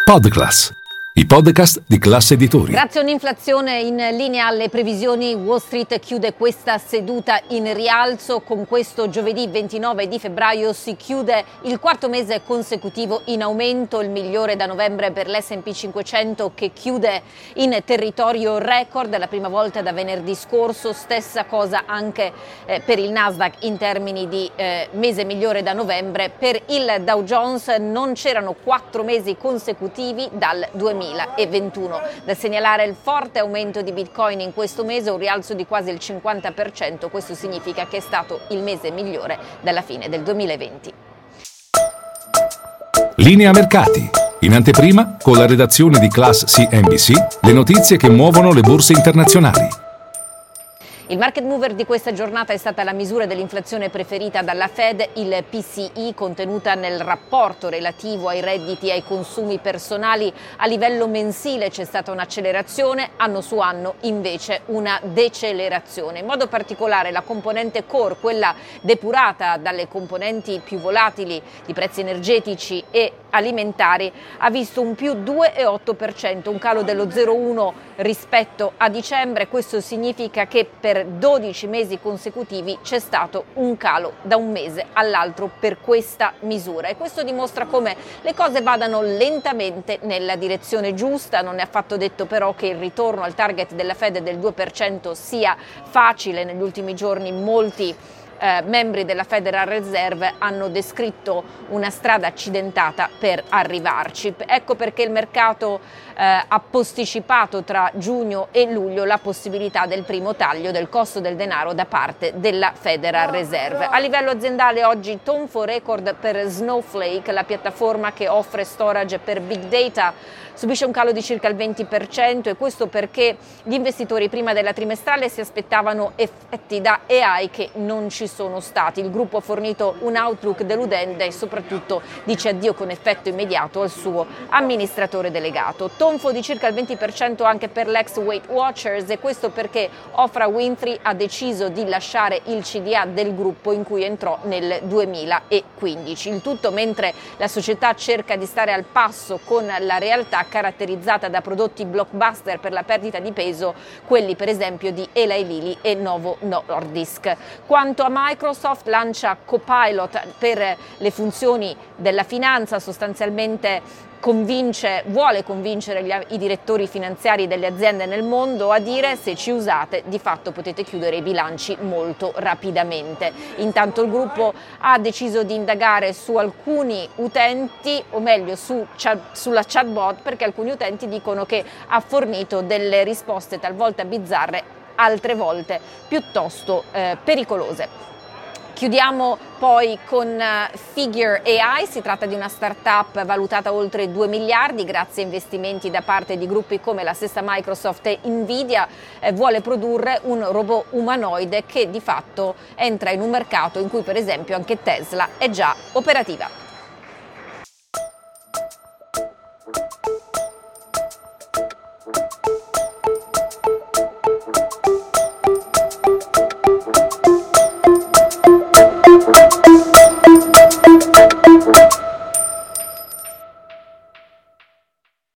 Podclass, i podcast di Class Editori. Grazie a un'inflazione in linea alle previsioni, Wall Street chiude questa seduta in rialzo. Con questo giovedì 29 di febbraio si chiude il quarto mese consecutivo in aumento, il migliore da novembre per l'S&P 500 che chiude in territorio record, la prima volta da venerdì scorso. Stessa cosa anche per il Nasdaq in termini di mese migliore da novembre. Per il Dow Jones non c'erano 4 mesi consecutivi dal 2021. Da segnalare il forte aumento di Bitcoin in questo mese, un rialzo di quasi il 50%, questo significa che è stato il mese migliore dalla fine del 2020. Linea mercati. In anteprima, con la redazione di Class CNBC, le notizie che muovono le borse internazionali. Il market mover di questa giornata è stata la misura dell'inflazione preferita dalla Fed, il PCE, contenuta nel rapporto relativo ai redditi e ai consumi personali. A livello mensile c'è stata un'accelerazione, anno su anno invece una decelerazione. In modo particolare la componente core, quella depurata dalle componenti più volatili di prezzi energetici e alimentari, ha visto un più 2,8%, un calo dello 0,1 rispetto a dicembre. Questo significa che per 12 mesi consecutivi c'è stato un calo da un mese all'altro per questa misura, e questo dimostra come le cose vadano lentamente nella direzione giusta. Non è affatto detto però che il ritorno al target della Fed del 2% sia facile. Negli ultimi giorni molti membri della Federal Reserve hanno descritto una strada accidentata per arrivarci. Ecco perché il mercato ha posticipato tra giugno e luglio la possibilità del primo taglio del costo del denaro da parte della Federal Reserve. A livello aziendale oggi tonfo record per Snowflake, la piattaforma che offre storage per big data, subisce un calo di circa il 20%, e questo perché gli investitori prima della trimestrale si aspettavano effetti da AI che non ci sono stati. Il gruppo ha fornito un outlook deludente e soprattutto dice addio con effetto immediato al suo amministratore delegato. Tonfo di circa il 20% anche per l'ex Weight Watchers, e questo perché Oprah Winfrey ha deciso di lasciare il CDA del gruppo in cui entrò nel 2015. Il tutto mentre la società cerca di stare al passo con la realtà caratterizzata da prodotti blockbuster per la perdita di peso, quelli per esempio di Eli Lilly e Novo Nordisk. Quanto a Microsoft, lancia Copilot per le funzioni della finanza, sostanzialmente vuole convincere i direttori finanziari delle aziende nel mondo a dire: se ci usate di fatto potete chiudere i bilanci molto rapidamente. Intanto il gruppo ha deciso di indagare su alcuni utenti, o meglio sulla chatbot, perché alcuni utenti dicono che ha fornito delle risposte talvolta bizzarre, altre volte piuttosto pericolose. Chiudiamo poi con Figure AI, si tratta di una startup valutata oltre 2 miliardi grazie a investimenti da parte di gruppi come la stessa Microsoft e Nvidia. Vuole produrre un robot umanoide che di fatto entra in un mercato in cui per esempio anche Tesla è già operativa.